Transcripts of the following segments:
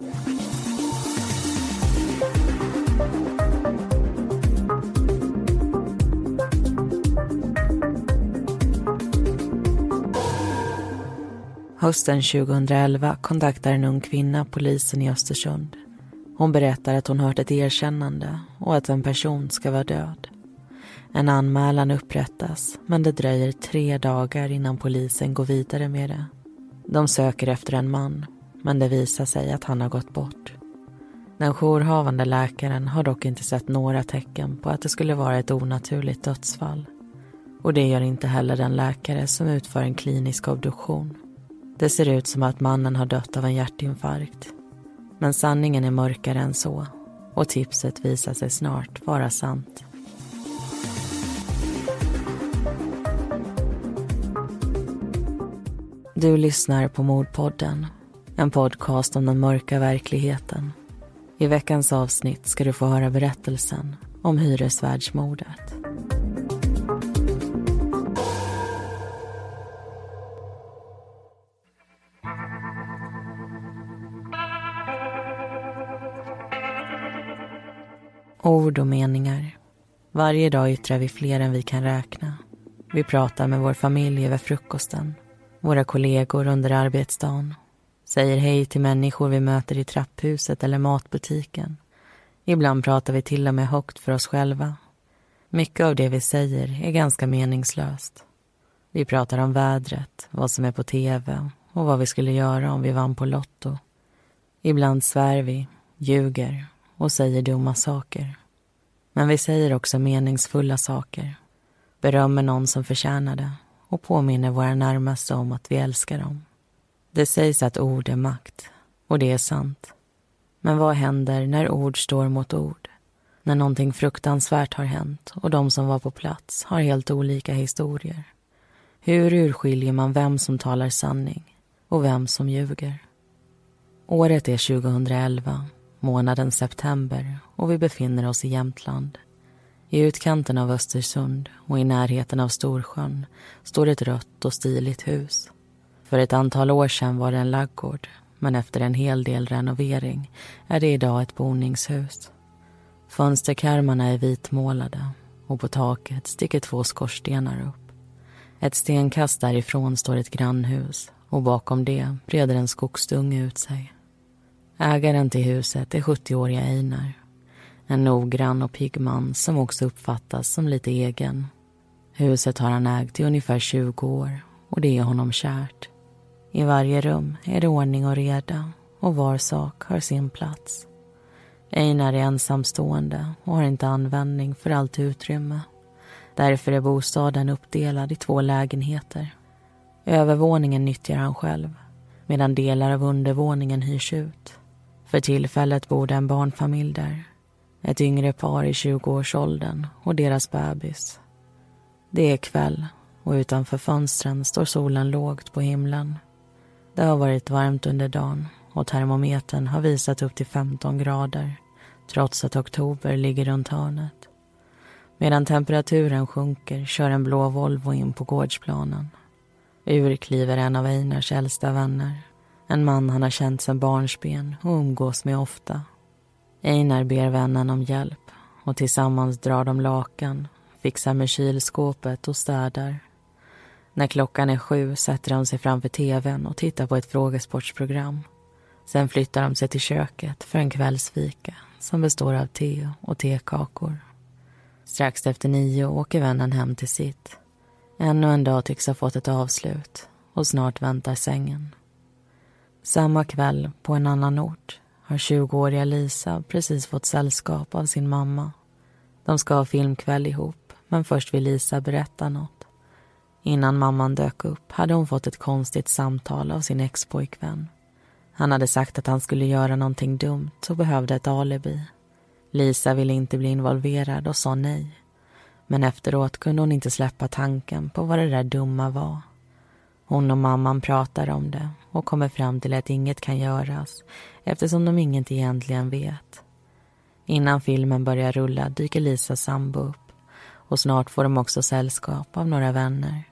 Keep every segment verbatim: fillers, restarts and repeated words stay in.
Hösten tjugohundraelva kontaktar en ung kvinna polisen i Östersund. Hon berättar att hon hört ett erkännande och att en person ska vara död. En anmälan upprättas, men det dröjer tre dagar innan polisen går vidare med det. De söker efter en man, men det visar sig att han har gått bort. Den jourhavande läkaren har dock inte sett några tecken på att det skulle vara ett onaturligt dödsfall. Och det gör inte heller den läkare som utför en klinisk obduktion. Det ser ut som att mannen har dött av en hjärtinfarkt. Men sanningen är mörkare än så, och tipset visar sig snart vara sant. Du lyssnar på Mordpodden, en podcast om den mörka verkligheten. I veckans avsnitt ska du få höra berättelsen om hyresvärdsmordet. Ord och meningar. Varje dag yttrar vi fler än vi kan räkna. Vi pratar med vår familj över frukosten, våra kollegor under arbetsdagen, säger hej till människor vi möter i trapphuset eller matbutiken. Ibland pratar vi till och med högt för oss själva. Mycket av det vi säger är ganska meningslöst. Vi pratar om vädret, vad som är på tv och vad vi skulle göra om vi vann på Lotto. Ibland svär vi, ljuger och säger dumma saker. Men vi säger också meningsfulla saker. Berömmer någon som förtjänar det och påminner våra närmaste om att vi älskar dem. Det sägs att ord är makt, och det är sant. Men vad händer när ord står mot ord? När någonting fruktansvärt har hänt och de som var på plats har helt olika historier. Hur urskiljer man vem som talar sanning och vem som ljuger? Året är tjugohundraelva, månaden september, och vi befinner oss i Jämtland. I utkanten av Östersund och i närheten av Storsjön står ett rött och stiligt hus. För ett antal år sedan var det en laggård, men efter en hel del renovering är det idag ett boningshus. Fönsterkarmarna är vitmålade och på taket sticker två skorstenar upp. Ett stenkast därifrån står ett grannhus och bakom det breder en skogsdunge ut sig. Ägaren till huset är sjuttioåriga Einar. En noggrann och pigg man som också uppfattas som lite egen. Huset har han ägt i ungefär tjugo år och det är honom kärt. I varje rum är det ordning och reda och var sak har sin plats. Einar är ensamstående och har inte användning för allt utrymme. Därför är bostaden uppdelad i två lägenheter. Övervåningen nyttjar han själv, medan delar av undervåningen hyrs ut. För tillfället bor det en barnfamilj där. Ett yngre par i tjugoårsåldern och deras bebis. Det är kväll och utanför fönstren står solen lågt på himlen. Det har varit varmt under dagen och termometern har visat upp till femton grader, trots att oktober ligger runt hörnet. Medan temperaturen sjunker kör en blå Volvo in på gårdsplanen. Ur kliver en av Einars äldsta vänner. En man han har känt sedan barnsben och umgås med ofta. Einar ber vännen om hjälp och tillsammans drar de lakan, fixar med kylskåpet och städar. När klockan är sju sätter de sig framför tvn och tittar på ett frågesportsprogram. Sen flyttar de sig till köket för en kvällsfika som består av te och tekakor. Strax efter nio åker vännen hem till sitt. Ännu en dag tycks ha fått ett avslut och snart väntar sängen. Samma kväll på en annan ort har tjugoåriga Lisa precis fått sällskap av sin mamma. De ska ha filmkväll ihop, men först vill Lisa berätta något. Innan mamman dök upp hade hon fått ett konstigt samtal av sin expojkvän. Han hade sagt att han skulle göra någonting dumt och behövde ett alibi. Lisa ville inte bli involverad och sa nej. Men efteråt kunde hon inte släppa tanken på vad det där dumma var. Hon och mamman pratar om det och kommer fram till att inget kan göras eftersom de inget egentligen vet. Innan filmen börjar rulla dyker Lisas sambo upp och snart får de också sällskap av några vänner.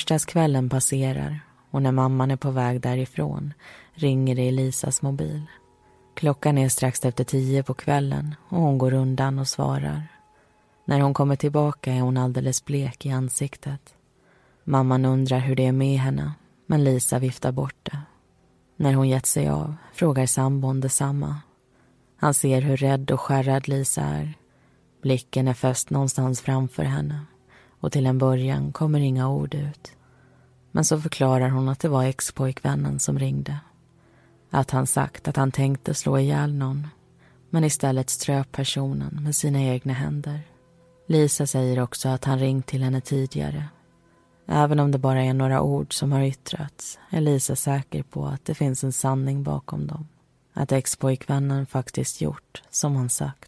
Torsdagskvällen passerar och när mamman är på väg därifrån ringer det i Lisas mobil. Klockan är strax efter tio på kvällen och hon går undan och svarar. När hon kommer tillbaka är hon alldeles blek i ansiktet. Mamman undrar hur det är med henne, men Lisa viftar bort det. När hon gett sig av frågar sambon detsamma. Han ser hur rädd och skärrad Lisa är. Blicken är fäst någonstans framför henne och till en början kommer inga ord ut. Men så förklarar hon att det var ex-pojkvännen som ringde. Att han sagt att han tänkte slå ihjäl någon, men istället ströp personen med sina egna händer. Lisa säger också att han ringt till henne tidigare. Även om det bara är några ord som har yttrats är Lisa säker på att det finns en sanning bakom dem. Att ex-pojkvännen faktiskt gjort som han sagt.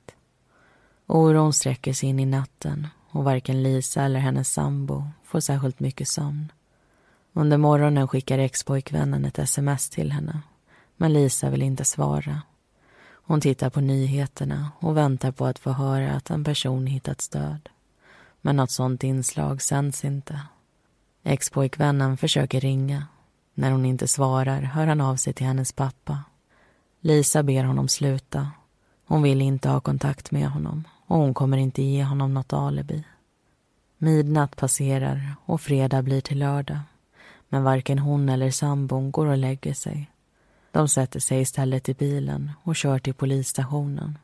Oron sträcker sig in i natten och varken Lisa eller hennes sambo får särskilt mycket sömn. Under morgonen skickar ex-pojkvännen ett sms till henne, men Lisa vill inte svara. Hon tittar på nyheterna och väntar på att få höra att en person hittats död. Men något sånt inslag sänds inte. Ex-pojkvännen försöker ringa. När hon inte svarar hör han av sig till hennes pappa. Lisa ber honom sluta. Hon vill inte ha kontakt med honom och hon kommer inte ge honom något alibi. Midnatt passerar och fredag blir till lördag. Men varken hon eller sambon går och lägger sig. De sätter sig istället i bilen och kör till polisstationen.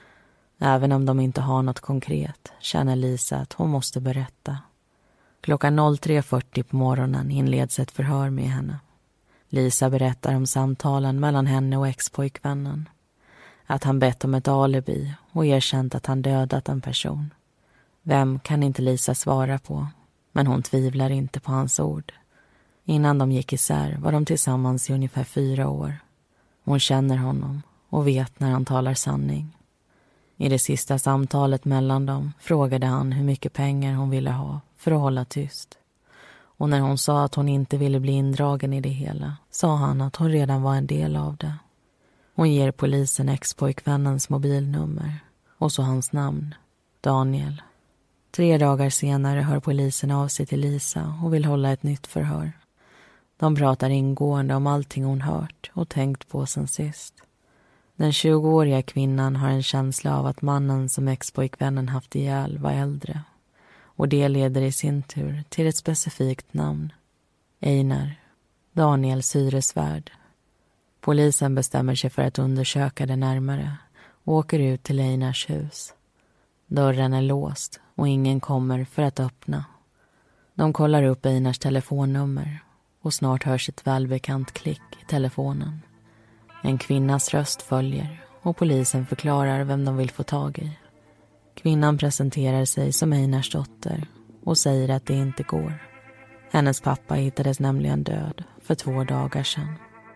Även om de inte har något konkret känner Lisa att hon måste berätta. Klockan tre fyrtio på morgonen inleds ett förhör med henne. Lisa berättar om samtalen mellan henne och ex-pojkvännen. Att han bett om ett alibi och erkänt att han dödat en person. Vem kan inte Lisa svara på, men hon tvivlar inte på hans ord. Innan de gick isär var de tillsammans i ungefär fyra år. Hon känner honom och vet när han talar sanning. I det sista samtalet mellan dem frågade han hur mycket pengar hon ville ha för att hålla tyst. Och när hon sa att hon inte ville bli indragen i det hela sa han att hon redan var en del av det. Hon ger polisen ex-pojkvännens mobilnummer och så hans namn, Daniel. Tre dagar senare hör polisen av sig till Lisa och vill hålla ett nytt förhör. De pratar ingående om allting hon hört och tänkt på sen sist. Den tjugoåriga kvinnan har en känsla av att mannen som ex-pojkvännen haft ihjäl var äldre. Och det leder i sin tur till ett specifikt namn. Einar, Daniel Syresvärd. Polisen bestämmer sig för att undersöka det närmare och åker ut till Einars hus. Dörren är låst och ingen kommer för att öppna. De kollar upp Einars telefonnummer och snart hörs ett välbekant klick i telefonen. En kvinnas röst följer och polisen förklarar vem de vill få tag i. Kvinnan presenterar sig som Einars dotter och säger att det inte går. Hennes pappa hittades nämligen död för två dagar sedan.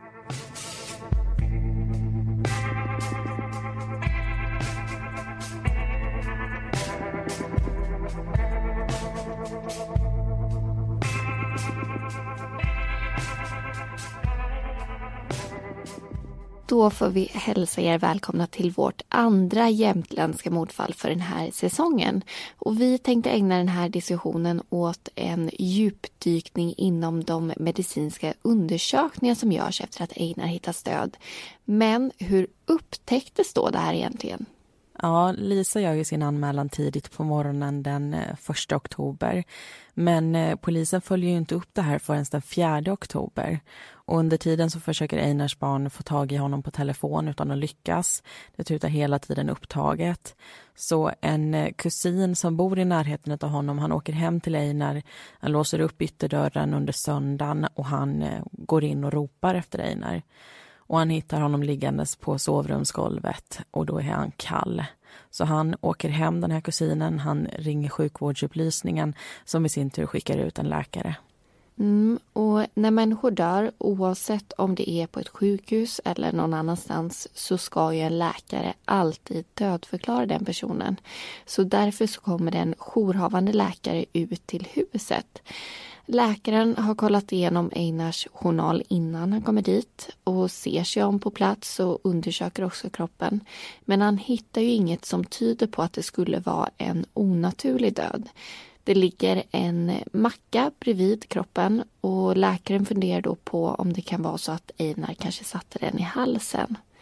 Då får vi hälsa er välkomna till vårt andra jämtländska mordfall för den här säsongen. Och vi tänkte ägna den här diskussionen åt en djupdykning inom de medicinska undersökningar som görs efter att Einar hittas död. Men hur upptäcktes då det här egentligen? Ja, Lisa gör ju sin anmälan tidigt på morgonen den första oktober. Men polisen följer ju inte upp det här förrän den fjärde oktober. Och under tiden så försöker Einars barn få tag i honom på telefon utan att lyckas. Det tutar hela tiden upptaget. Så en kusin som bor i närheten av honom, han åker hem till Einar. Han låser upp ytterdörren under söndagen och han går in och ropar efter Einar. Och han hittar honom liggandes på sovrumsgolvet och då är han kall. Så han åker hem, den här kusinen, han ringer sjukvårdsupplysningen som i sin tur skickar ut en läkare. Mm, och när människor dör, oavsett om det är på ett sjukhus eller någon annanstans, så ska ju en läkare alltid dödförklara den personen. Så därför så kommer det en jourhavande läkare ut till huset. Läkaren har kollat igenom Einars journal innan han kommer dit och ser sig om på plats och undersöker också kroppen. Men han hittar ju inget som tyder på att det skulle vara en onaturlig död. Det ligger en macka bredvid kroppen och läkaren funderar då på om det kan vara så att Einar kanske satte den i halsen.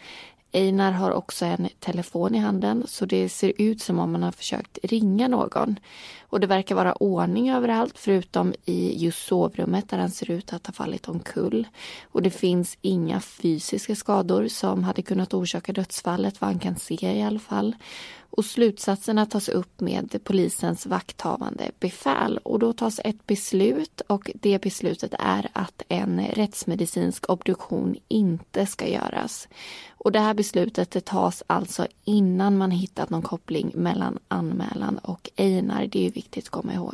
Einar har också en telefon i handen så det ser ut som om man har försökt ringa någon. Och det verkar vara ordning överallt förutom i just sovrummet där han ser ut att ha fallit omkull. Och det finns inga fysiska skador som hade kunnat orsaka dödsfallet, vad han kan se i alla fall. Och slutsatserna tas upp med polisens vakthavande befäl och då tas ett beslut och det beslutet är att en rättsmedicinsk obduktion inte ska göras. Och det här beslutet det tas alltså innan man hittat någon koppling mellan anmälan och Einar. Det är ju viktigt att komma ihåg.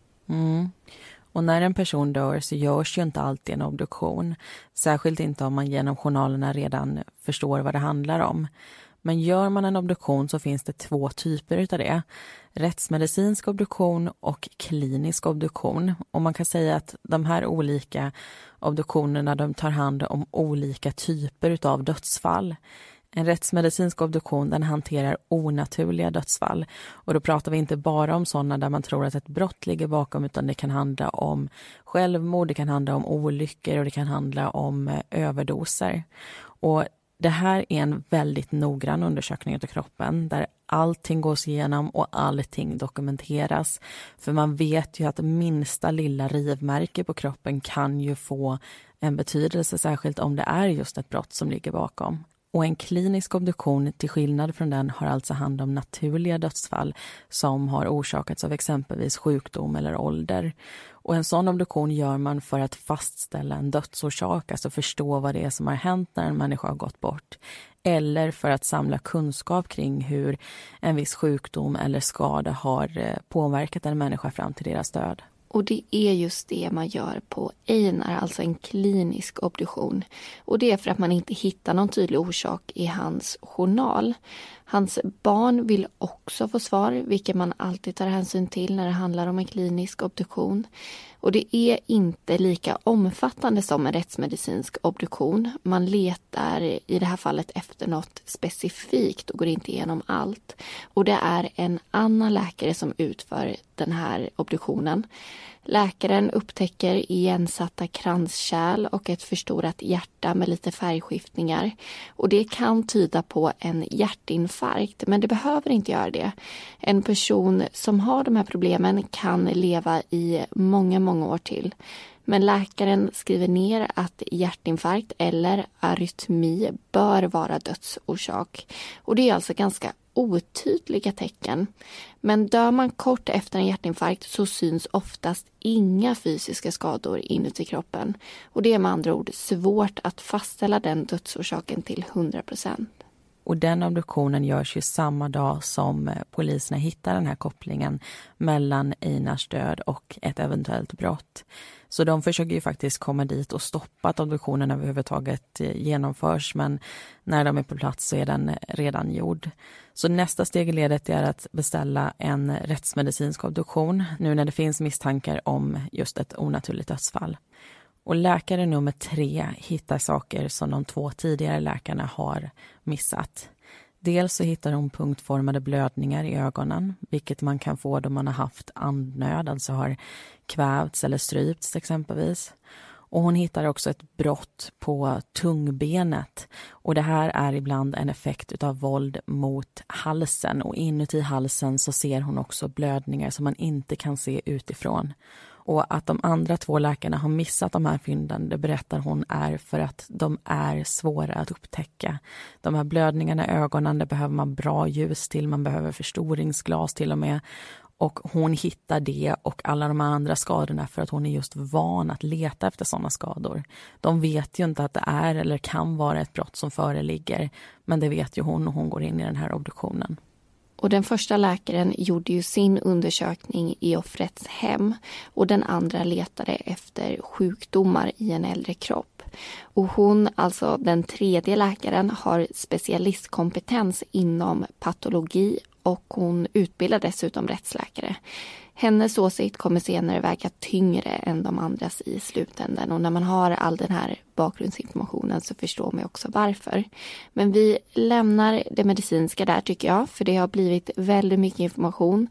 Mm. Och när en person dör så görs ju inte alltid en obduktion. Särskilt inte om man genom journalerna redan förstår vad det handlar om. Men gör man en obduktion så finns det två typer utav det. Rättsmedicinsk obduktion och klinisk obduktion. Och man kan säga att de här olika obduktionerna de tar hand om olika typer utav dödsfall. En rättsmedicinsk obduktion den hanterar onaturliga dödsfall. Och då pratar vi inte bara om sådana där man tror att ett brott ligger bakom utan det kan handla om självmord, det kan handla om olyckor och det kan handla om överdoser. Och det här är en väldigt noggrann undersökning av kroppen där allting gås igenom och allting dokumenteras. För man vet ju att minsta lilla rivmärke på kroppen kan ju få en betydelse, särskilt om det är just ett brott som ligger bakom. Och en klinisk obduktion till skillnad från den har alltså hand om naturliga dödsfall som har orsakats av exempelvis sjukdom eller ålder. Och en sån obduktion gör man för att fastställa en dödsorsak, alltså förstå vad det är som har hänt när en människa har gått bort. Eller för att samla kunskap kring hur en viss sjukdom eller skada har påverkat en människa fram till deras död. Och det är just det man gör på Einar, alltså en klinisk obduktion. Och det är för att man inte hittar någon tydlig orsak i hans journal. Hans barn vill också få svar, vilket man alltid tar hänsyn till när det handlar om en klinisk obduktion. Och det är inte lika omfattande som en rättsmedicinsk obduktion. Man letar i det här fallet efter något specifikt och går inte igenom allt. Och det är en annan läkare som utför den här obduktionen. Läkaren upptäcker igensatta kranskärl och ett förstorat hjärta med lite färgskiftningar. Och det kan tyda på en hjärtinfarkt, men det behöver inte göra det. En person som har de här problemen kan leva i många, många år till. Men läkaren skriver ner att hjärtinfarkt eller arytmi bör vara dödsorsak. Och det är alltså ganska otydliga tecken. Men dör man kort efter en hjärtinfarkt så syns oftast inga fysiska skador inuti kroppen. Och det är med andra ord svårt att fastställa den dödsorsaken till hundra procent. Och den obduktionen görs ju samma dag som poliserna hittar den här kopplingen mellan Einars död och ett eventuellt brott. Så de försöker ju faktiskt komma dit och stoppa att obduktionen överhuvudtaget genomförs, men när de är på plats så är den redan gjord. Så nästa steg i ledet är att beställa en rättsmedicinsk obduktion nu när det finns misstankar om just ett onaturligt dödsfall. Och läkare nummer tre hittar saker som de två tidigare läkarna har missat. Dels så hittar hon punktformade blödningar i ögonen, vilket man kan få då man har haft andnöd, alltså har kvävts eller strypts exempelvis. Och hon hittar också ett brott på tungbenet. Och det här är ibland en effekt av våld mot halsen. Och inuti halsen så ser hon också blödningar som man inte kan se utifrån. Och att de andra två läkarna har missat de här fynden, det berättar hon är för att de är svåra att upptäcka. De här blödningarna i ögonen, det behöver man bra ljus till, man behöver förstoringsglas till och med. Och hon hittar det och alla de andra skadorna för att hon är just van att leta efter sådana skador. De vet ju inte att det är eller kan vara ett brott som föreligger, men det vet ju hon och hon går in i den här obduktionen. Och den första läkaren gjorde ju sin undersökning i offrets hem och den andra letade efter sjukdomar i en äldre kropp. Och hon, alltså den tredje läkaren, har specialistkompetens inom patologi och hon utbildar dessutom rättsläkare. Hennes åsikt kommer senare väga tyngre än de andras i slutändan och när man har all den här bakgrundsinformationen så förstår man också varför. Men vi lämnar det medicinska där tycker jag, för det har blivit väldigt mycket information.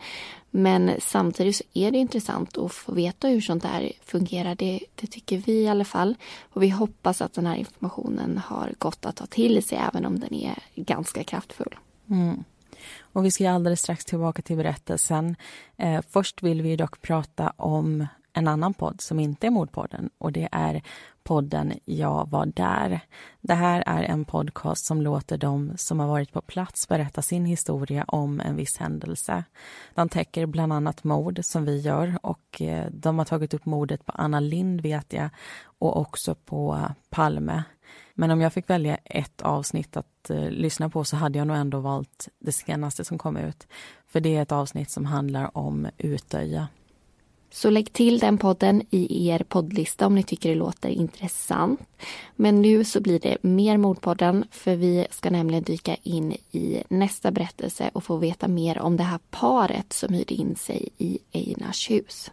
Men samtidigt så är det intressant att få veta hur sånt där fungerar. Det, det tycker vi i alla fall. Och vi hoppas att den här informationen har gått att ta till sig även om den är ganska kraftfull. Mm. Och vi ska alldeles strax tillbaka till berättelsen. Eh, först vill vi dock prata om en annan podd som inte är Mordpodden. Och det är podden Jag var där. Det här är en podcast som låter de som har varit på plats berätta sin historia om en viss händelse. De täcker bland annat mord som vi gör och eh, de har tagit upp mordet på Anna Lindh vet jag och också på Palme. Men om jag fick välja ett avsnitt att eh, lyssna på så hade jag nog ändå valt det senaste som kom ut. För det är ett avsnitt som handlar om Utöja. Så lägg till den podden i er poddlista om ni tycker det låter intressant. Men nu så blir det mer Mordpodden för vi ska nämligen dyka in i nästa berättelse och få veta mer om det här paret som hyrde in sig i Einars hus.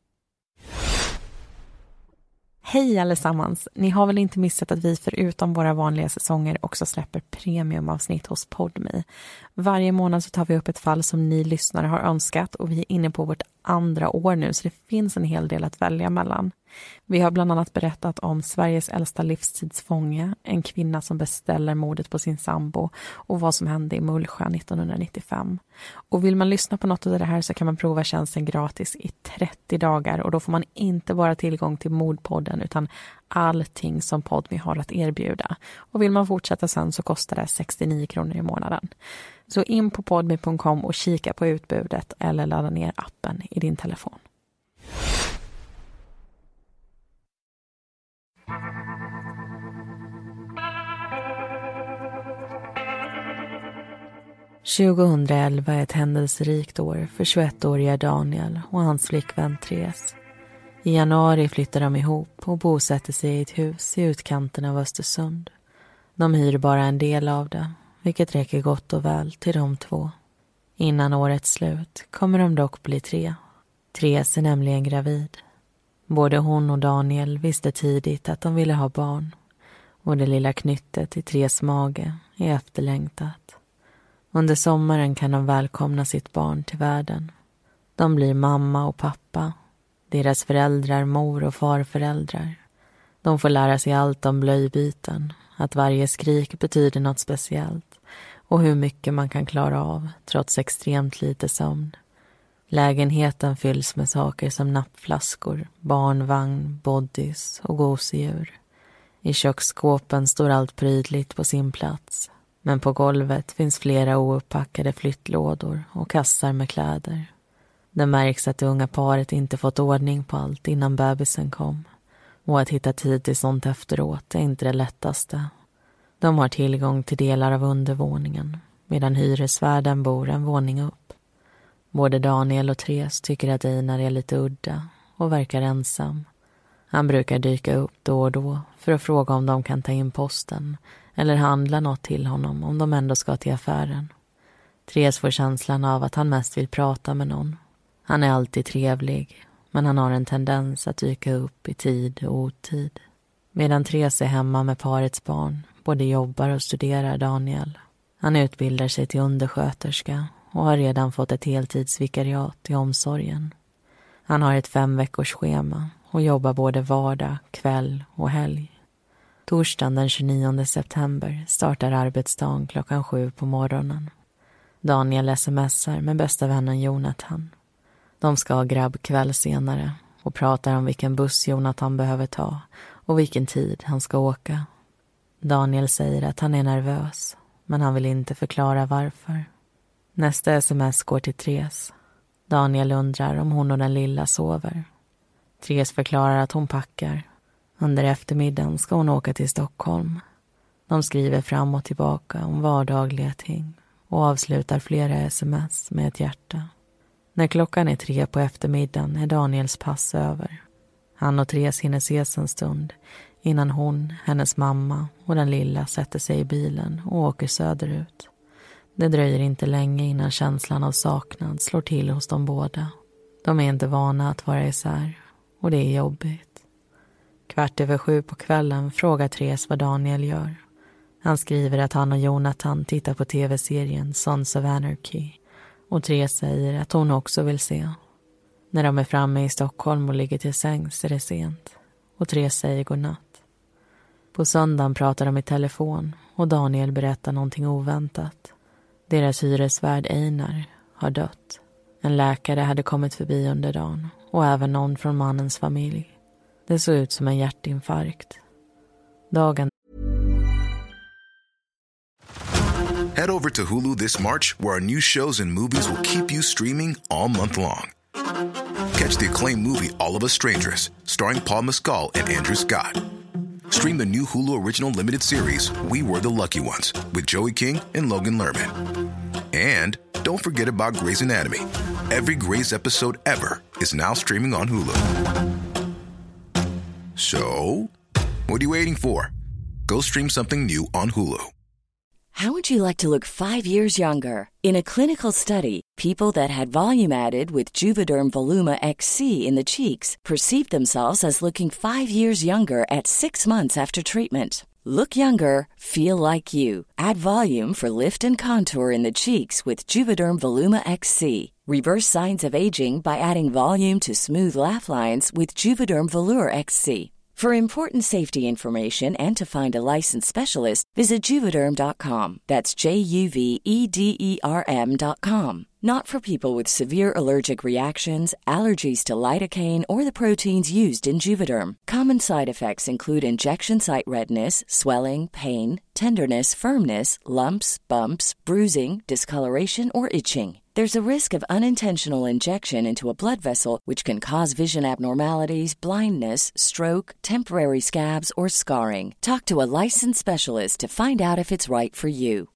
Hej allesammans! Ni har väl inte missat att vi förutom våra vanliga säsonger också släpper premiumavsnitt hos Podme. Varje månad så tar vi upp ett fall som ni lyssnare har önskat och vi är inne på vårt andra år nu så det finns en hel del att välja mellan. Vi har bland annat berättat om Sveriges äldsta livstidsfånge, en kvinna som beställer mordet på sin sambo och vad som hände i Mullsjö nittonhundranittiofem. Och vill man lyssna på något av det här så kan man prova tjänsten gratis i trettio dagar och då får man inte bara tillgång till Mordpodden utan allting som Podme har att erbjuda. Och vill man fortsätta sen så kostar det sextionio kronor i månaden. Så in på podme punkt com och kika på utbudet eller ladda ner appen i din telefon. tjugohundraelva är ett händelserikt år för tjugoettåriga Daniel och hans flickvän Therese. I januari flyttar de ihop och bosätter sig i ett hus i utkanten av Östersund. De hyr bara en del av det, vilket räcker gott och väl till de två. Innan årets slut kommer de dock bli tre. Therese är nämligen gravid. Både hon och Daniel visste tidigt att de ville ha barn. Och det lilla knyttet i Theres mage är efterlängtat. Under sommaren kan de välkomna sitt barn till världen. De blir mamma och pappa. Deras föräldrar, mor och farföräldrar. De får lära sig allt om blöjbyten. Att varje skrik betyder något speciellt. Och hur mycket man kan klara av trots extremt lite sömn. Lägenheten fylls med saker som nappflaskor, barnvagn, bodys och gosedjur. I köksskåpen står allt prydligt på sin plats. Men på golvet finns flera ouppackade flyttlådor och kassar med kläder. Det märks att det unga paret inte fått ordning på allt innan bebisen kom. Och att hitta tid till sånt efteråt är inte det lättaste. De har tillgång till delar av undervåningen medan hyresvärden bor en våning upp. Både Daniel och Therese tycker att Einar är lite udda och verkar ensam. Han brukar dyka upp då och då för att fråga om de kan ta in posten eller handla något till honom om de ändå ska till affären. Therese får känslan av att han mest vill prata med någon. Han är alltid trevlig, men han har en tendens att dyka upp i tid och otid. Medan Therese är hemma med parets barn, både jobbar och studerar Daniel. Han utbildar sig till undersköterska och har redan fått ett heltidsvikariat i omsorgen. Han har ett fem veckors schema och jobbar både vardag, kväll och helg. Torsdagen den tjugonionde september startar arbetsdagen klockan sju på morgonen. Daniel smsar med bästa vännen Jonathan. De ska ha grabbkväll senare och pratar om vilken buss Jonathan behöver ta och vilken tid han ska åka. Daniel säger att han är nervös, men han vill inte förklara varför. Nästa sms går till Therese. Daniel undrar om hon och den lilla sover. Therese förklarar att hon packar. Under eftermiddagen ska hon åka till Stockholm. De skriver fram och tillbaka om vardagliga ting och avslutar flera sms med ett hjärta. När klockan är tre på eftermiddagen är Daniels pass över. Han och Therese hinner ses en stund innan hon, hennes mamma och den lilla sätter sig i bilen och åker söderut. Det dröjer inte länge innan känslan av saknad slår till hos de båda. De är inte vana att vara isär och det är jobbigt. Kvart över sju på kvällen frågar Therese vad Daniel gör. Han skriver att han och Jonathan tittar på tv-serien Sons of Anarchy Och Therese säger att hon också vill se. När de är framme i Stockholm och ligger till sängs är det sent. Och Therese säger godnatt. På söndagen pratar de i telefon och Daniel berättar någonting oväntat. Deras hyresvärd Einar har dött. En läkare hade kommit förbi under dagen och även någon från mannens familj. Det såg ut som en hjärtinfarkt. Dagen. Head over to Hulu this March, where our new shows and movies will keep you streaming all month long. Catch the acclaimed movie All of Us Strangers, starring Paul Mescal and Andrew Scott. Stream the new Hulu original limited series We Were the Lucky Ones with Joey King and Logan Lerman. And don't forget about Grey's Anatomy. Every Grey's episode ever is now streaming on Hulu. So, what are you waiting for? Go stream something new on Hulu. How would you like to look five years younger? In a clinical study, people that had volume added with Juvederm Voluma X C in the cheeks perceived themselves as looking five years younger at six months after treatment. Look younger, feel like you. Add volume for lift and contour in the cheeks with Juvederm Voluma X C. Reverse signs of aging by adding volume to smooth laugh lines with Juvederm Volure X C. For important safety information and to find a licensed specialist, visit Juvederm dot com. That's J U V E D E R M dot com. Not for people with severe allergic reactions, allergies to lidocaine, or the proteins used in Juvederm. Common side effects include injection site redness, swelling, pain, tenderness, firmness, lumps, bumps, bruising, discoloration, or itching. There's a risk of unintentional injection into a blood vessel, which can cause vision abnormalities, blindness, stroke, temporary scabs, or scarring. Talk to a licensed specialist to find out if it's right for you.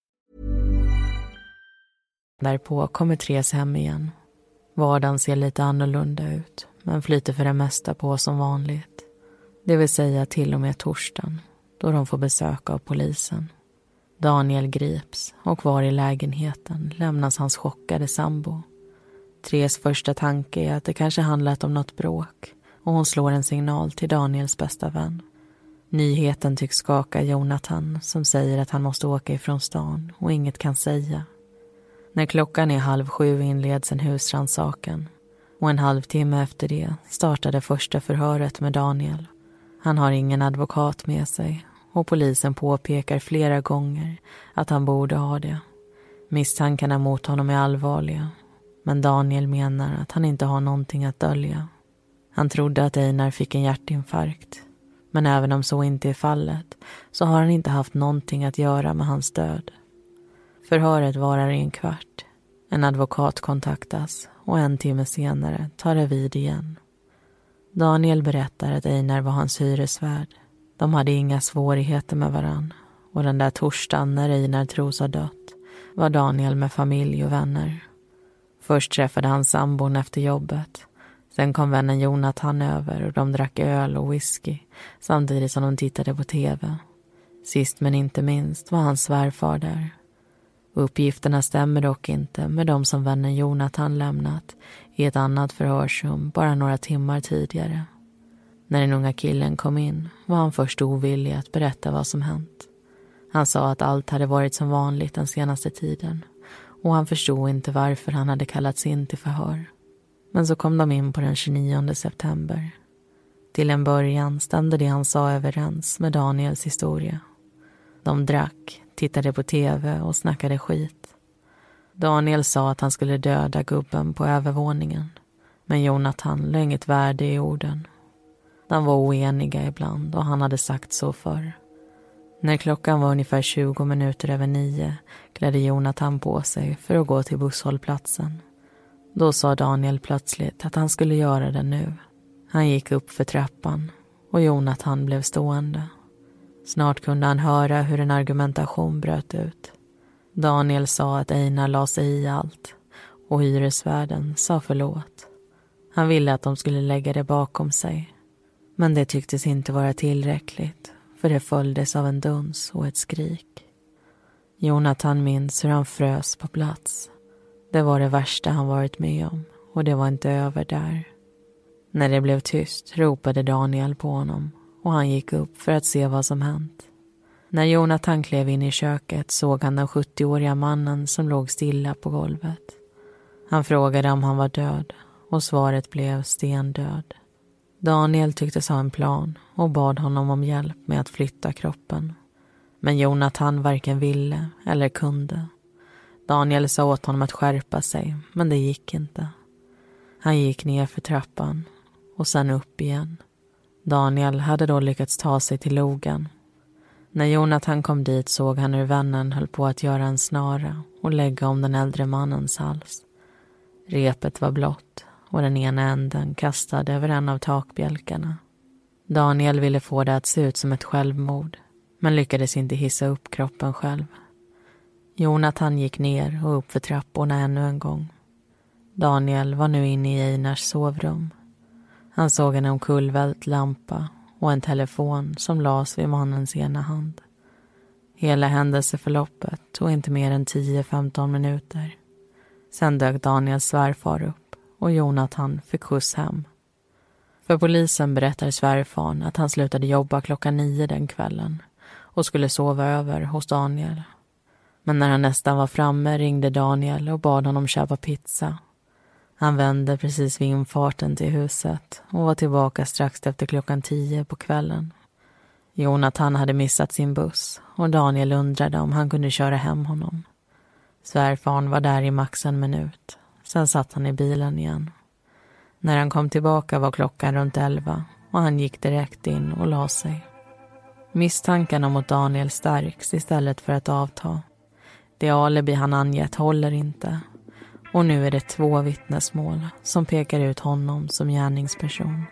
Därpå kommer Therese hem igen. Vardagen ser lite annorlunda ut, men flyter för det mesta på som vanligt. Det vill säga till och med torsdagen, då de får besök av polisen. Daniel grips och kvar i lägenheten lämnas hans chockade sambo. Therese första tanke är att det kanske handlat om något bråk och hon slår en signal till Daniels bästa vän. Nyheten tycks skaka Jonathan som säger att han måste åka ifrån stan och inget kan säga. När klockan är halv sju inleds en husrannsakan och en halvtimme efter det startade första förhöret med Daniel. Han har ingen advokat med sig och polisen påpekar flera gånger att han borde ha det. Misstankarna mot honom är allvarliga, men Daniel menar att han inte har någonting att dölja. Han trodde att Einar fick en hjärtinfarkt, men även om så inte är fallet så har han inte haft någonting att göra med hans död. Förhöret varar i en kvart. En advokat kontaktas och en timme senare tar det vid igen. Daniel berättar att Einar var hans hyresvärd. De hade inga svårigheter med varann och den där torsdagen när Einar tros ha dött var Daniel med familj och vänner. Först träffade han sambon efter jobbet. Sen kom vännen Jonathan över och de drack öl och whisky samtidigt som de tittade på tv. Sist men inte minst var hans svärfar där. Uppgifterna stämmer dock inte med de som vännen Jonathan lämnat i ett annat förhörsrum bara några timmar tidigare. När den unga killen kom in var han först ovillig att berätta vad som hänt. Han sa att allt hade varit som vanligt den senaste tiden och han förstod inte varför han hade kallats in till förhör. Men så kom de in på den tjugonionde september. Till en början stämde det han sa överens med Daniels historia. De drack, tittade på tv och snackade skit. Daniel sa att han skulle döda gubben på övervåningen, men Jonathan lade inget värde i orden. De var oeniga ibland och han hade sagt så förr. När klockan var ungefär tjugo minuter över nio klädde Jonathan på sig för att gå till busshållplatsen. Då sa Daniel plötsligt att han skulle göra det nu. Han gick upp för trappan och Jonathan blev stående. Snart kunde han höra hur en argumentation bröt ut. Daniel sa att Einar la sig i allt och hyresvärden sa förlåt. Han ville att de skulle lägga det bakom sig. Men det tycktes inte vara tillräckligt, för det följdes av en duns och ett skrik. Jonathan minns hur han frös på plats. Det var det värsta han varit med om och det var inte över där. När det blev tyst ropade Daniel på honom och han gick upp för att se vad som hänt. När Jonathan klev in i köket såg han den sjuttioåriga mannen som låg stilla på golvet. Han frågade om han var död och svaret blev stendöd. Daniel tycktes ha en plan och bad honom om hjälp med att flytta kroppen. Men Jonathan varken ville eller kunde. Daniel sa åt honom att skärpa sig, men det gick inte. Han gick ner för trappan och sen upp igen. Daniel hade då lyckats ta sig till logen. När Jonathan kom dit såg han hur vännen höll på att göra en snara och lägga om den äldre mannens hals. Repet var blått och den ena änden kastade över en av takbjälkarna. Daniel ville få det att se ut som ett självmord, men lyckades inte hissa upp kroppen själv. Jonathan gick ner och upp för trapporna ännu en gång. Daniel var nu inne i Einars sovrum. Han såg en omkullvält lampa och en telefon som lades vid mannens ena hand. Hela händelseförloppet tog inte mer än tio till femton minuter. Sen dök Daniels svärfar upp och Jonathan fick skjuts hem. För polisen berättar svärfaren att han slutade jobba klockan nio den kvällen och skulle sova över hos Daniel. Men när han nästan var framme ringde Daniel och bad honom köpa pizza. Han vände precis vid infarten till huset och var tillbaka strax efter klockan tio på kvällen. Jonathan hade missat sin buss och Daniel undrade om han kunde köra hem honom. Svärfaren var där i max en minut. Sen satt han i bilen igen. När han kom tillbaka var klockan runt elva och han gick direkt in och la sig. Misstankarna mot Daniel stärks istället för att avta. Det alibi han angett håller inte. Och nu är det två vittnesmål som pekar ut honom som gärningsperson.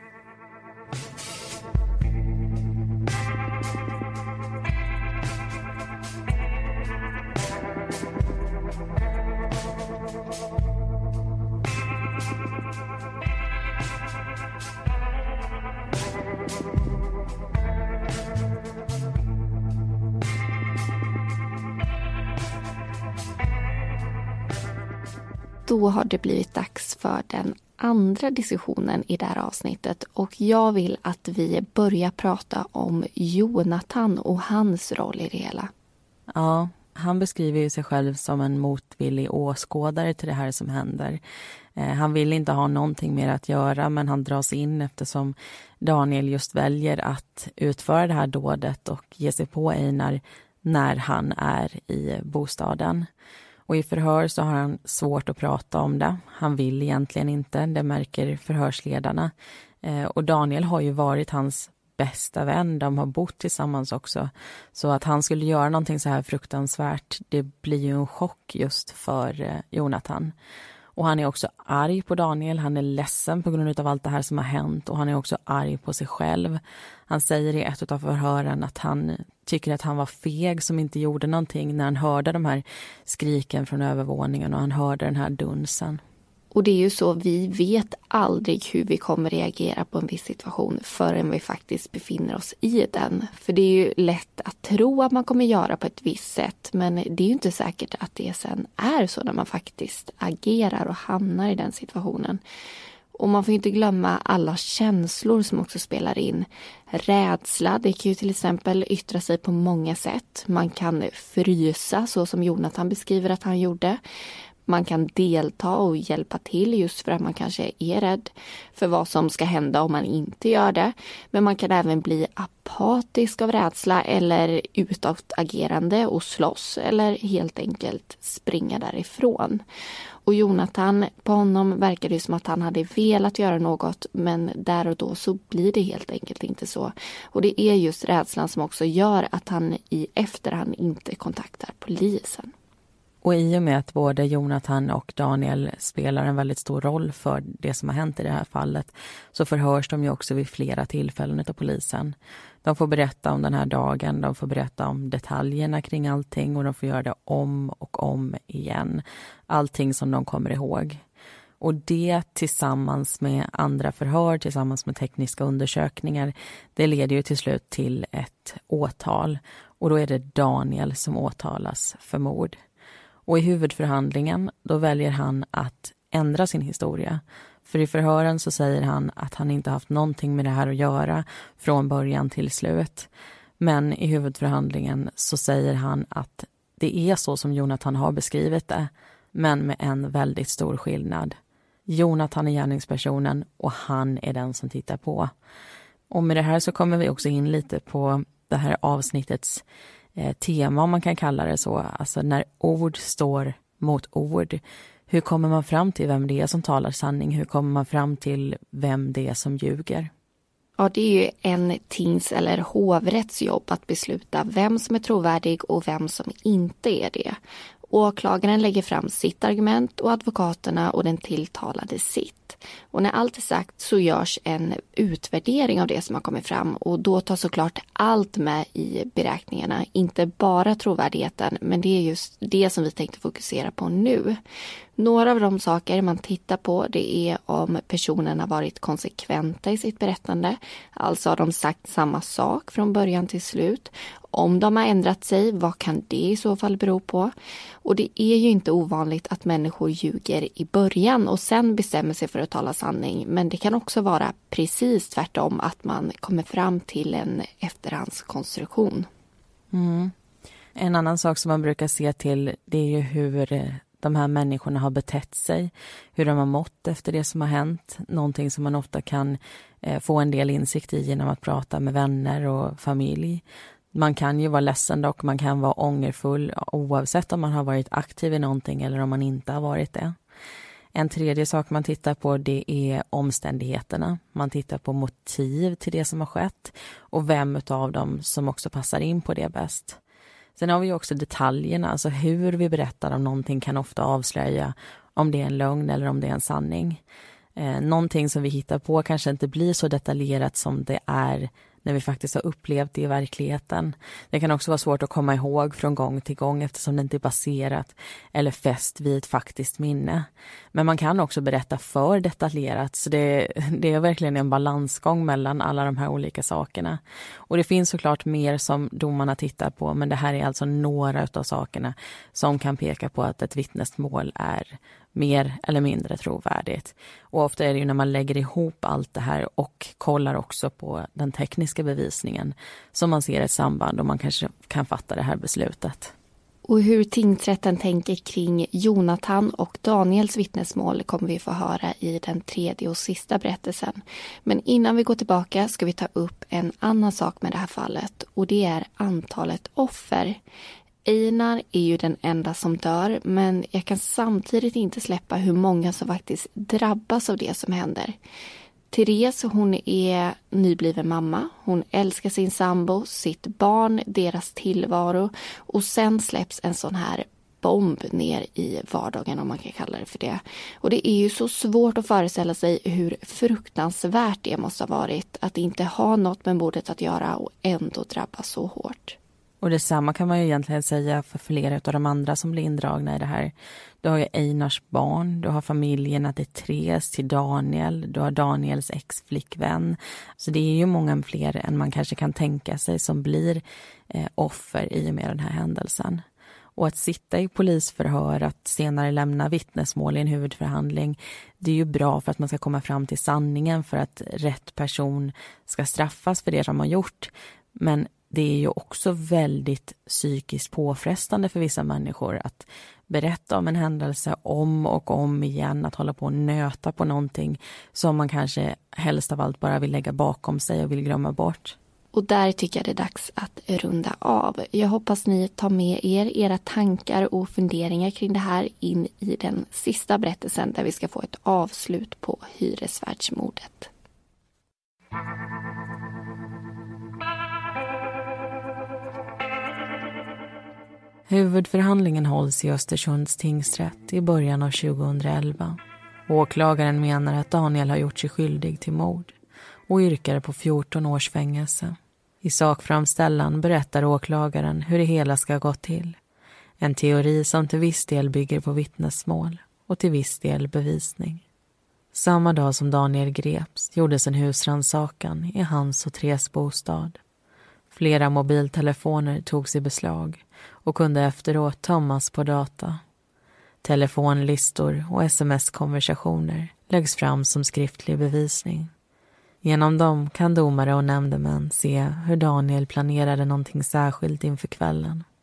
Då har det blivit dags för den andra diskussionen i det här avsnittet och jag vill att vi börjar prata om Jonathan och hans roll i det hela. Ja, han beskriver ju sig själv som en motvillig åskådare till det här som händer. Eh, han vill inte ha någonting mer att göra, men han dras in eftersom Daniel just väljer att utföra det här dådet och ge sig på Einar när han är i bostaden. Och i förhör så har han svårt att prata om det. Han vill egentligen inte, det märker förhörsledarna. Eh, och Daniel har ju varit hans bästa vän, de har bott tillsammans också. Så att han skulle göra någonting så här fruktansvärt, det blir ju en chock just för eh, Jonathan. Och han är också arg på Daniel, han är ledsen på grund av allt det här som har hänt och han är också arg på sig själv. Han säger i ett av förhören att han tycker att han var feg som inte gjorde någonting när han hörde de här skriken från övervåningen och han hörde den här dunsen. Och det är ju så, vi vet aldrig hur vi kommer reagera på en viss situation förrän vi faktiskt befinner oss i den. För det är ju lätt att tro att man kommer göra på ett visst sätt, men det är ju inte säkert att det sen är så när man faktiskt agerar och hamnar i den situationen. Och man får inte glömma alla känslor som också spelar in. Rädsla, det kan ju till exempel yttra sig på många sätt. Man kan frysa så som Jonathan beskriver att han gjorde. Man kan delta och hjälpa till just för att man kanske är rädd för vad som ska hända om man inte gör det. Men man kan även bli apatisk av rädsla eller utåtagerande och slåss eller helt enkelt springa därifrån. Och Jonathan, på honom verkar det som att han hade velat göra något, men där och då så blir det helt enkelt inte så. Och det är just rädslan som också gör att han i efterhand inte kontaktar polisen. Och i och med att både Jonathan och Daniel spelar en väldigt stor roll för det som har hänt i det här fallet så förhörs de ju också vid flera tillfällen av polisen. De får berätta om den här dagen, de får berätta om detaljerna kring allting och de får göra det om och om igen. Allting som de kommer ihåg. Och det tillsammans med andra förhör, tillsammans med tekniska undersökningar, det leder ju till slut till ett åtal. Och då är det Daniel som åtalas för mord. Och i huvudförhandlingen då väljer han att ändra sin historia. För i förhören så säger han att han inte haft någonting med det här att göra från början till slut. Men i huvudförhandlingen så säger han att det är så som Jonathan har beskrivit det. Men med en väldigt stor skillnad. Jonathan är gärningspersonen och han är den som tittar på. Och med det här så kommer vi också in lite på det här avsnittets eh, tema, om man kan kalla det så. Alltså när ord står mot ord. Hur kommer man fram till vem det är som talar sanning? Hur kommer man fram till vem det är som ljuger? Ja, det är ju en tings- eller hovrätts jobb att besluta vem som är trovärdig och vem som inte är det. Åklagaren lägger fram sitt argument och advokaterna och den tilltalade sitt. Och när allt är sagt så görs en utvärdering av det som har kommit fram och då tar såklart allt med i beräkningarna. Inte bara trovärdigheten, men det är just det som vi tänkte fokusera på nu. Några av de saker man tittar på, det är om personen har varit konsekventa i sitt berättande. Alltså har de sagt samma sak från början till slut. Om de har ändrat sig, vad kan det i så fall bero på? Och det är ju inte ovanligt att människor ljuger i början och sen bestämmer sig för att tala sanning. Men det kan också vara precis tvärtom, att man kommer fram till en efterhandskonstruktion. Mm. En annan sak som man brukar se till, det är ju hur de här människorna har betett sig, hur de har mått efter det som har hänt. Någonting som man ofta kan eh, få en del insikt i genom att prata med vänner och familj. Man kan ju vara ledsen och man kan vara ångerfull oavsett om man har varit aktiv i någonting eller om man inte har varit det. En tredje sak man tittar på, det är omständigheterna. Man tittar på motiv till det som har skett och vem av dem som också passar in på det bäst. Sen har vi också detaljerna, alltså hur vi berättar om någonting kan ofta avslöja om det är en lögn eller om det är en sanning. Eh, någonting som vi hittar på kanske inte blir så detaljerat som det är när vi faktiskt har upplevt det i verkligheten. Det kan också vara svårt att komma ihåg från gång till gång eftersom det inte är baserat eller fäst vid ett faktiskt minne. Men man kan också berätta för detaljerat, så det, det är verkligen en balansgång mellan alla de här olika sakerna. Och det finns såklart mer som domarna tittar på, men det här är alltså några av sakerna som kan peka på att ett vittnesmål är mer eller mindre trovärdigt. Och ofta är det ju när man lägger ihop allt det här och kollar också på den tekniska bevisningen som man ser ett samband och man kanske kan fatta det här beslutet. Och hur tingsrätten tänker kring Jonathan och Daniels vittnesmål kommer vi få höra i den tredje och sista berättelsen. Men innan vi går tillbaka ska vi ta upp en annan sak med det här fallet, och det är antalet offer. Einar är ju den enda som dör, men jag kan samtidigt inte släppa hur många som faktiskt drabbas av det som händer. Therese, hon är nybliven mamma. Hon älskar sin sambo, sitt barn, deras tillvaro. Och sen släpps en sån här bomb ner i vardagen, om man kan kalla det för det. Och det är ju så svårt att föreställa sig hur fruktansvärt det måste ha varit att inte ha något med mordet att göra och ändå drabbas så hårt. Och detsamma kan man ju egentligen säga för flera av de andra som blir indragna i det här. Du har ju Einars barn, du har familjerna till Therese, till Daniel, du har Daniels ex-flickvän. Så det är ju många fler än man kanske kan tänka sig som blir eh, offer i och med den här händelsen. Och att sitta i polisförhör, att senare lämna vittnesmål i en huvudförhandling, det är ju bra för att man ska komma fram till sanningen, för att rätt person ska straffas för det de har gjort. Men det är ju också väldigt psykiskt påfrestande för vissa människor att berätta om en händelse om och om igen, att hålla på och nöta på någonting som man kanske helst av allt bara vill lägga bakom sig och vill glömma bort. Och där tycker jag det är dags att runda av. Jag hoppas ni tar med er era tankar och funderingar kring det här in i den sista berättelsen där vi ska få ett avslut på hyresvärdsmordet. Huvudförhandlingen hålls i Östersunds tingsrätt i början av tjugoelva. Åklagaren menar att Daniel har gjort sig skyldig till mord och yrkar på fjorton års fängelse. I sakframställan berättar åklagaren hur det hela ska ha gått till. En teori som till viss del bygger på vittnesmål och till viss del bevisning. Samma dag som Daniel greps gjordes en husrannsakan i hans och Therese bostad. Flera mobiltelefoner togs i beslag och kunde efteråt tömmas på data. Telefonlistor och sms-konversationer läggs fram som skriftlig bevisning. Genom dem kan domare och nämndemän se hur Daniel planerade någonting särskilt inför kvällen.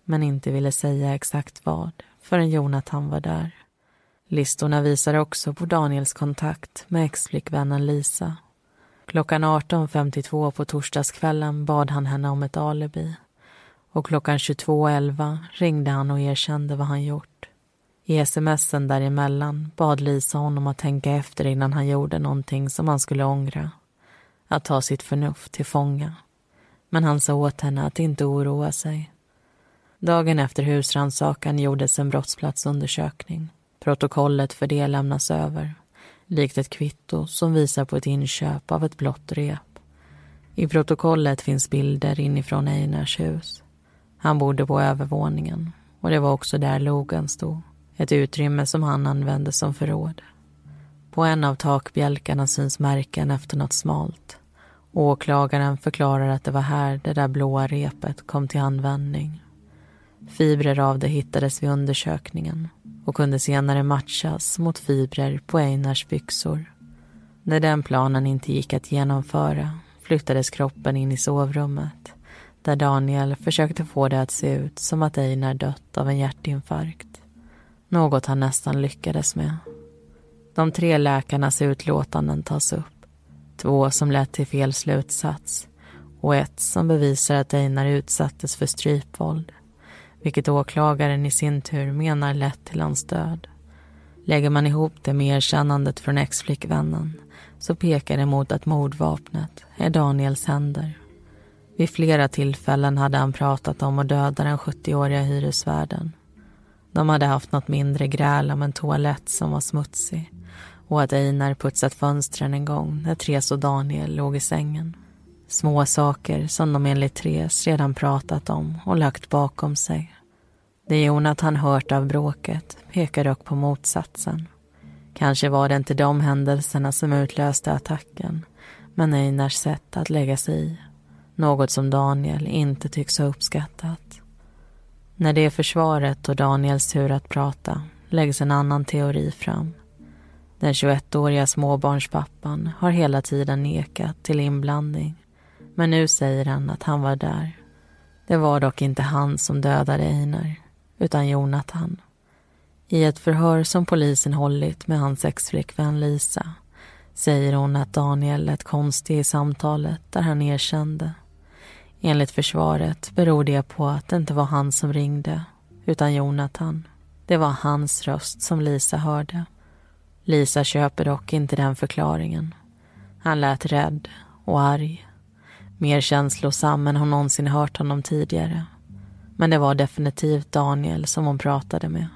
men inte ville säga exakt vad förrän Jonathan var där. Listorna visar också på Daniels kontakt med ex-flickvännen Lisa. Klockan arton femtiotvå på torsdagskvällen bad han henne om ett alibi. Och klockan tjugotvå elva ringde han och erkände vad han gjort. I smsen däremellan bad Lisa honom att tänka efter innan han gjorde någonting som han skulle ångra. Att ta sitt förnuft till fånga. Men han sa åt henne att inte oroa sig. Dagen efter husrannsakan gjordes en brottsplatsundersökning. Protokollet för det lämnas över. Likt ett kvitto som visar på ett inköp av ett blått rep. I protokollet finns bilder inifrån Einars hus. Han bodde på övervåningen och det var också där logen stod. Ett utrymme som han använde som förråd. På en av takbjälkarna syns märken efter något smalt. Åklagaren förklarar att det var här det där blåa repet kom till användning. Fibrer av det hittades vid undersökningen och kunde senare matchas mot fibrer på Einars byxor. När den planen inte gick att genomföra flyttades kroppen in i sovrummet där Daniel försökte få det att se ut som att Einar dött av en hjärtinfarkt. Något han nästan lyckades med. De tre läkarnas utlåtanden tas upp. Två som lett till fel slutsats och ett som bevisar att Einar utsattes för strypvåld. Vilket åklagaren i sin tur menar lett till hans död. Lägger man ihop det med erkännandet från ex-flickvännen så pekar det mot att mordvapnet är Daniels händer. Vid flera tillfällen hade han pratat om att döda den sjuttioåriga hyresvärden. De hade haft något mindre gräl om en toalett som var smutsig och att Einar putsat fönstren en gång när Therese och Daniel låg i sängen. Små saker som de enligt Therese redan pratat om och lagt bakom sig. Det Jonathan hört av bråket pekar dock på motsatsen. Kanske var det inte de händelserna som utlöste attacken, men Einars sätt att lägga sig i. Något som Daniel inte tycks ha uppskattat. När det är försvaret och Daniels tur att prata läggs en annan teori fram. Den tjugoettåriga småbarnspappan har hela tiden nekat till inblandning. Men nu säger han att han var där. Det var dock inte han som dödade Einar, utan Jonathan. I ett förhör som polisen hållit med hans ex-flickvän Lisa säger hon att Daniel lät konstig i samtalet där han erkände. Enligt försvaret beror det på att det inte var han som ringde, utan Jonathan. Det var hans röst som Lisa hörde. Lisa köper dock inte den förklaringen. Han lät rädd och arg. Mer känslosam än hon någonsin hört honom tidigare. Men det var definitivt Daniel som hon pratade med.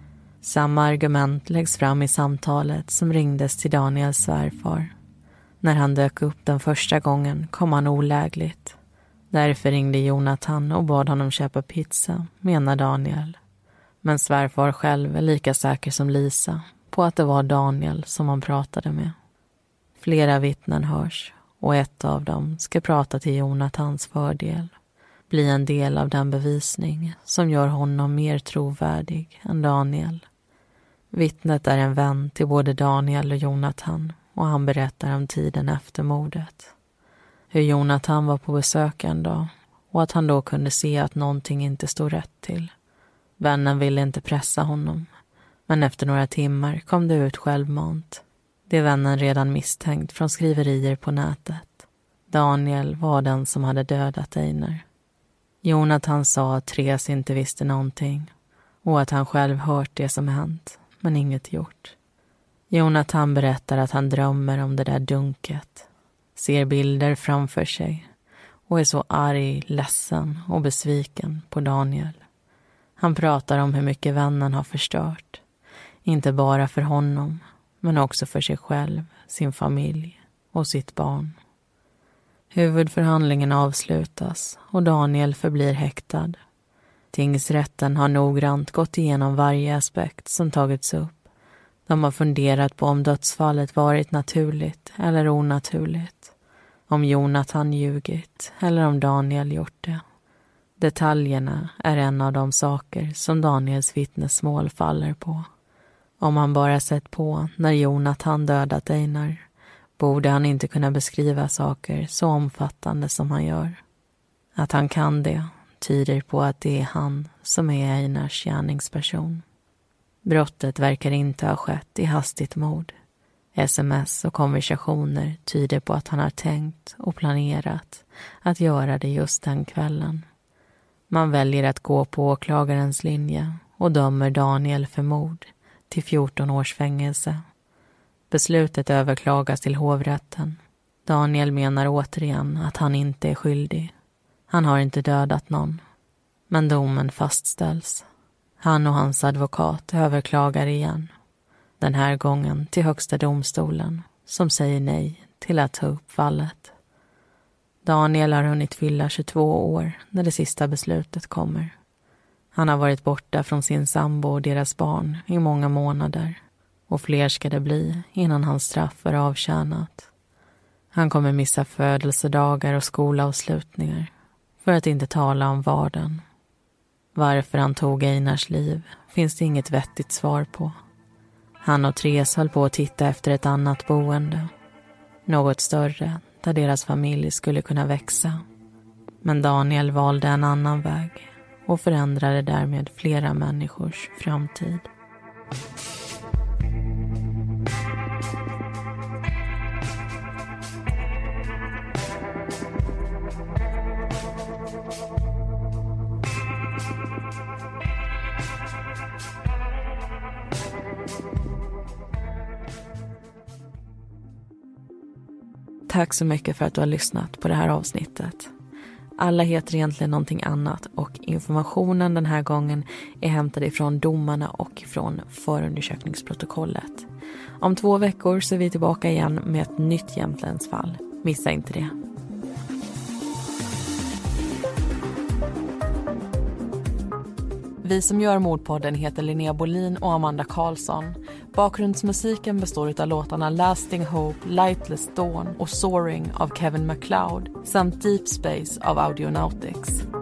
Samma argument läggs fram i samtalet som ringdes till Daniels svärfar. När han dök upp den första gången kom han olägligt. Därför ringde Jonathan och bad honom köpa pizza, menar Daniel. Men svärfar själv är lika säker som Lisa på att det var Daniel som han pratade med. Flera vittnen hörs och ett av dem ska prata till Jonathans fördel. Bli en del av den bevisning som gör honom mer trovärdig än Daniel. Vittnet är en vän till både Daniel och Jonathan och han berättar om tiden efter mordet. Hur Jonathan var på besök en dag och att han då kunde se att någonting inte stod rätt till. Vännen ville inte pressa honom, men efter några timmar kom det ut självmant. Det vännen redan misstänkt från skriverier på nätet. Daniel var den som hade dödat Einar. Jonathan sa att Therese inte visste någonting och att han själv hört det som hänt, men inget gjort. Jonathan berättar att han drömmer om det där dunket, ser bilder framför sig och är så arg, ledsen och besviken på Daniel. Han pratar om hur mycket vännen har förstört, inte bara för honom, men också för sig själv, sin familj och sitt barn. Huvudförhandlingen avslutas och Daniel förblir häktad. Tingsrätten har noggrant gått igenom varje aspekt som tagits upp. De har funderat på om dödsfallet varit naturligt eller onaturligt. Om Jonathan ljugit eller om Daniel gjort det. Detaljerna är en av de saker som Daniels vittnesmål faller på. Om han bara sett på när Jonathan dödat Einar borde han inte kunna beskriva saker så omfattande som han gör. Att han kan det, tyder på att det är han som är Einars gärningsperson. Brottet verkar inte ha skett i hastigt mod. Sms och konversationer tyder på att han har tänkt och planerat att göra det just den kvällen. Man väljer att gå på åklagarens linje och dömer Daniel för mord till fjorton års fängelse. Beslutet överklagas till hovrätten. Daniel menar återigen att han inte är skyldig. Han har inte dödat någon. Men domen fastställs. Han och hans advokat överklagar igen. Den här gången till högsta domstolen som säger nej till att ta upp fallet. Daniel har hunnit fylla tjugotvå år när det sista beslutet kommer. Han har varit borta från sin sambo och deras barn i många månader. Och fler ska det bli innan hans straff är avtjänat. Han kommer missa födelsedagar och skolavslutningar. För att inte tala om vardagen. Varför han tog Einars liv finns det inget vettigt svar på. Han och Therese höll på att titta efter ett annat boende. Något större där deras familj skulle kunna växa. Men Daniel valde en annan väg och förändrade därmed flera människors framtid. Tack så mycket för att du har lyssnat på det här avsnittet. Alla heter egentligen någonting annat och informationen den här gången är hämtad ifrån domarna och från förundersökningsprotokollet. Om två veckor så är vi tillbaka igen med ett nytt Jämtlandsfall. Missa inte det. Vi som gör Mordpodden heter Linnea Bolin och Amanda Karlsson. Bakgrundsmusiken består av låtarna Lasting Hope, Lightless Dawn och Soaring av Kevin MacLeod samt Deep Space av Audionautics.